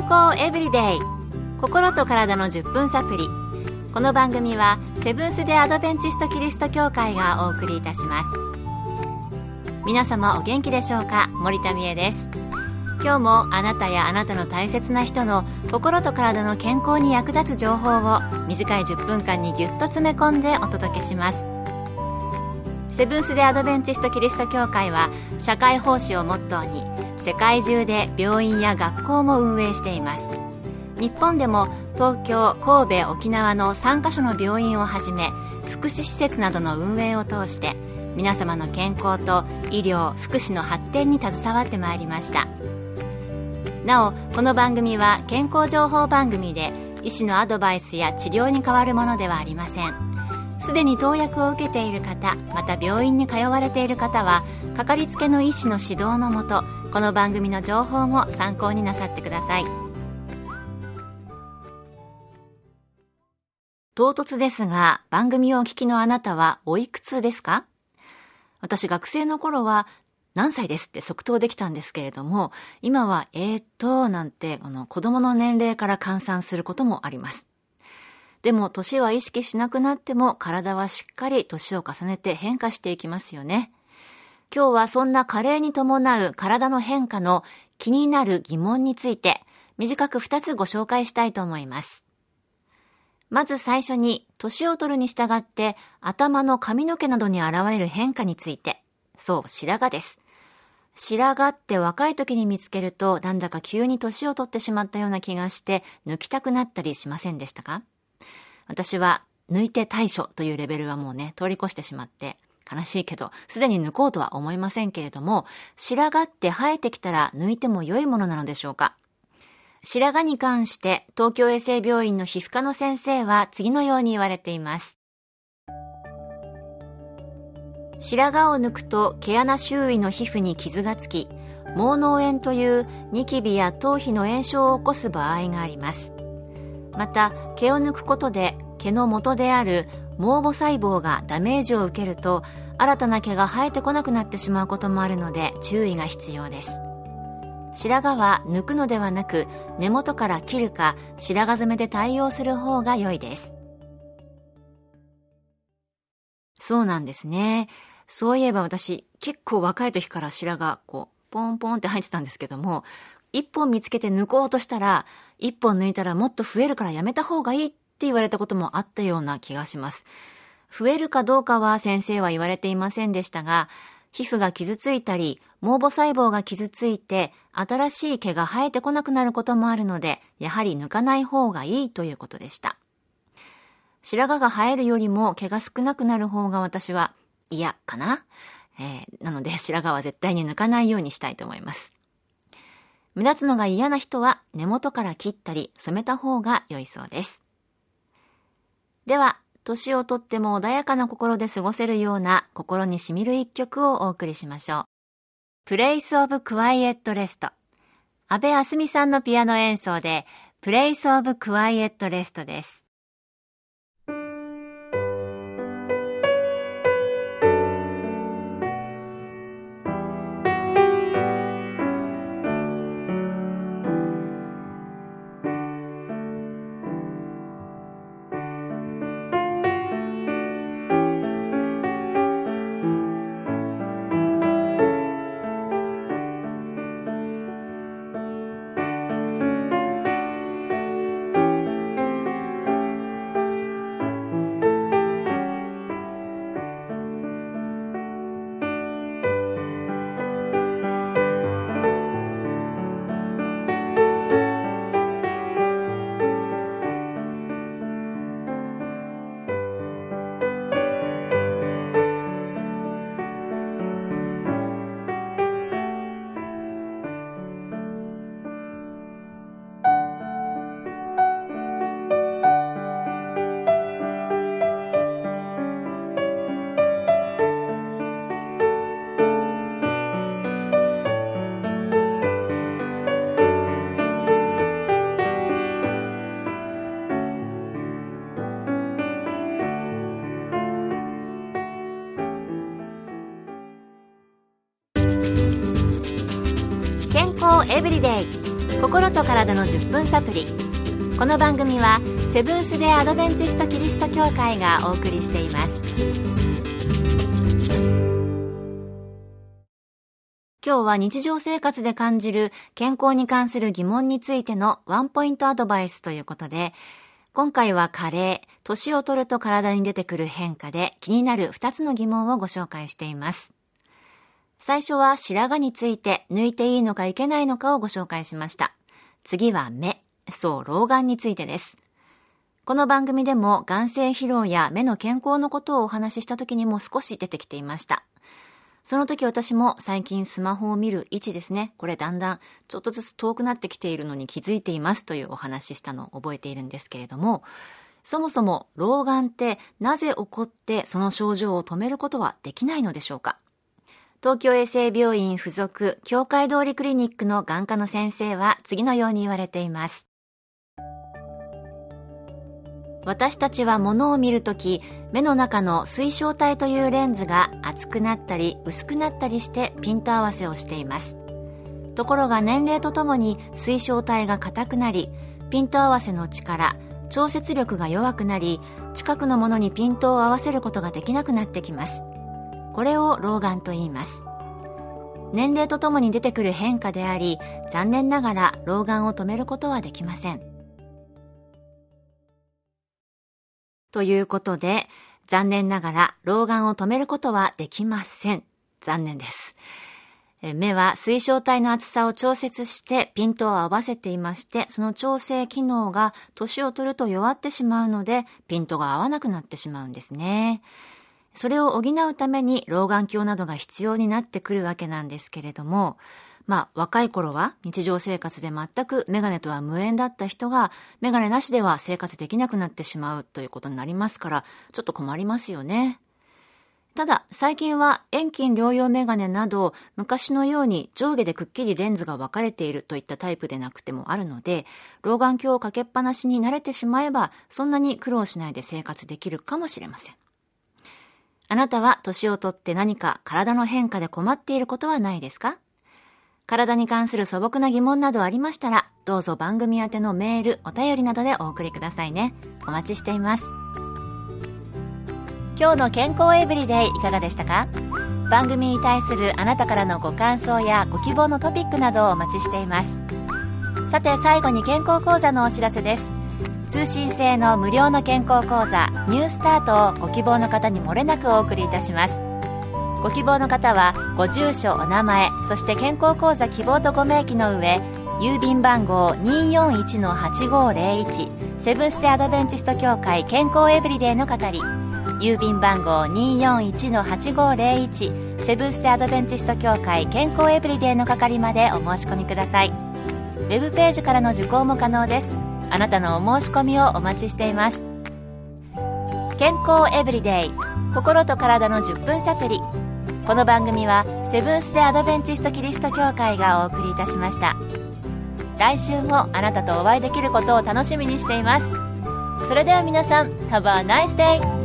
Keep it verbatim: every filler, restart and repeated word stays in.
康エブリデイ、心と体のじゅっぷんサプリ。この番組はセブンス・デ・アドベンチスト・キリスト教会がお送りいたします。皆様お元気でしょうか。森田美恵です。今日もあなたやあなたの大切な人の心と体の健康に役立つ情報を短いじゅっぷんかんにぎゅっと詰め込んでお届けします。セブンス・デ・アドベンチスト・キリスト教会は社会奉仕をモットーに世界中で病院や学校も運営しています。日本でも東京、神戸、沖縄のさんカ所の病院をはじめ福祉施設などの運営を通して皆様の健康と医療・福祉の発展に携わってまいりました。なお、この番組は健康情報番組で医師のアドバイスや治療に代わるものではありません。すでに投薬を受けている方、また病院に通われている方はかかりつけの医師の指導のもと、この番組の情報も参考になさってください。唐突ですが、番組をお聞きのあなたはおいくつですか？私、学生の頃は何歳ですって即答できたんですけれども、今はえーっとなんてあの子供の年齢から換算することもあります。でも年は意識しなくなっても体はしっかり年を重ねて変化していきますよね。今日はそんな加齢に伴う体の変化の気になる疑問について短くふたつご紹介したいと思います。まず最初に、年を取るに従って頭の髪の毛などに現れる変化について。そう、白髪です。白髪って若い時に見つけるとなんだか急に年を取ってしまったような気がして抜きたくなったりしませんでしたか？私は抜いて対処というレベルはもうね通り越してしまって悲しいけどすでに抜こうとは思いませんけれども、白髪って生えてきたら抜いても良いものなのでしょうか？白髪に関して東京衛生病院の皮膚科の先生は次のように言われています。白髪を抜くと毛穴周囲の皮膚に傷がつき、毛嚢炎というニキビや頭皮の炎症を起こす場合があります。また毛を抜くことで毛の元である毛母細胞がダメージを受けると新たな毛が生えてこなくなってしまうこともあるので注意が必要です。白髪は抜くのではなく根元から切るか白髪染めで対応する方が良いです。そうなんですね。そういえば私結構若い時から白髪こうポンポンって生えてたんですけども、一本見つけて抜こうとしたら一本抜いたらもっと増えるからやめた方がいいって言われたこともあったような気がします。増えるかどうかは先生は言われていませんでしたが、皮膚が傷ついたり毛母細胞が傷ついて新しい毛が生えてこなくなることもあるので、やはり抜かない方がいいということでした。白髪が生えるよりも毛が少なくなる方が私は嫌かな、えー、なので白髪は絶対に抜かないようにしたいと思います。目立つのが嫌な人は根元から切ったり染めた方が良いそうです。では年をとっても穏やかな心で過ごせるような心にしみる一曲をお送りしましょう。Place of Quiet Rest。安部あすみさんのピアノ演奏で Place of Quiet Rest です。健康エブリデイ心と体のじゅっぷんサプリ。この番組はセブンス・デ・アドベンチスト・キリスト教会がお送りしています。今日は日常生活で感じる健康に関する疑問についてのワンポイントアドバイスということで、今回は加齢、年を取ると体に出てくる変化で気になるふたつの疑問をご紹介しています。最初は白髪について抜いていいのかいけないのかをご紹介しました。次は目、そう老眼についてです。この番組でも眼精疲労や目の健康のことをお話しした時にも少し出てきていました。その時私も最近スマホを見る位置ですね。これだんだんちょっとずつ遠くなってきているのに気づいていますというお話ししたのを覚えているんですけれども、そもそも老眼ってなぜ起こってその症状を止めることはできないのでしょうか。東京衛生病院附属協会通りクリニックの眼科の先生は次のように言われています。私たちは物を見るとき、目の中の水晶体というレンズが厚くなったり薄くなったりしてピント合わせをしています。ところが年齢とともに水晶体が硬くなり、ピント合わせの力、調節力が弱くなり、近くのものにピントを合わせることができなくなってきます。これを老眼と言います。年齢とともに出てくる変化であり、残念ながら老眼を止めることはできません。ということで、残念ながら老眼を止めることはできません。残念です。目は水晶体の厚さを調節してピントを合わせていまして、その調整機能が年を取ると弱ってしまうので、ピントが合わなくなってしまうんですね。それを補うために老眼鏡などが必要になってくるわけなんですけれども、まあ若い頃は日常生活で全くメガネとは無縁だった人がメガネなしでは生活できなくなってしまうということになりますから、ちょっと困りますよね。ただ最近は遠近両用メガネなど昔のように上下でくっきりレンズが分かれているといったタイプでなくてもあるので、老眼鏡をかけっぱなしに慣れてしまえばそんなに苦労しないで生活できるかもしれません。あなたは年を取って何か体の変化で困っていることはないですか？体に関する素朴な疑問などありましたら、どうぞ番組宛てのメール、お便りなどでお送りくださいね。お待ちしています。今日の健康エブリデイいかがでしたか？番組に対するあなたからのご感想やご希望のトピックなどをお待ちしています。さて最後に健康講座のお知らせです。通信制の無料の健康講座ニュースタートをご希望の方に漏れなくお送りいたします。ご希望の方はご住所、お名前、そして健康講座希望とご明記の上、郵便番号 にーよんいちのはちごーぜろいち セブンステアドベンチスト協会健康エブリデイの係、郵便番号 にーよんいちのはちごーぜろいち セブンステアドベンチスト協会健康エブリデイの係までお申し込みください。ウェブページからの受講も可能です。あなたのお申し込みをお待ちしています。健康エブリデイ、心と体のじゅっぷんサプリ。この番組はセブンス・デ・アドベンチスト・キリスト教会がお送りいたしました。来週もあなたとお会いできることを楽しみにしています。それでは皆さん、Have a nice day!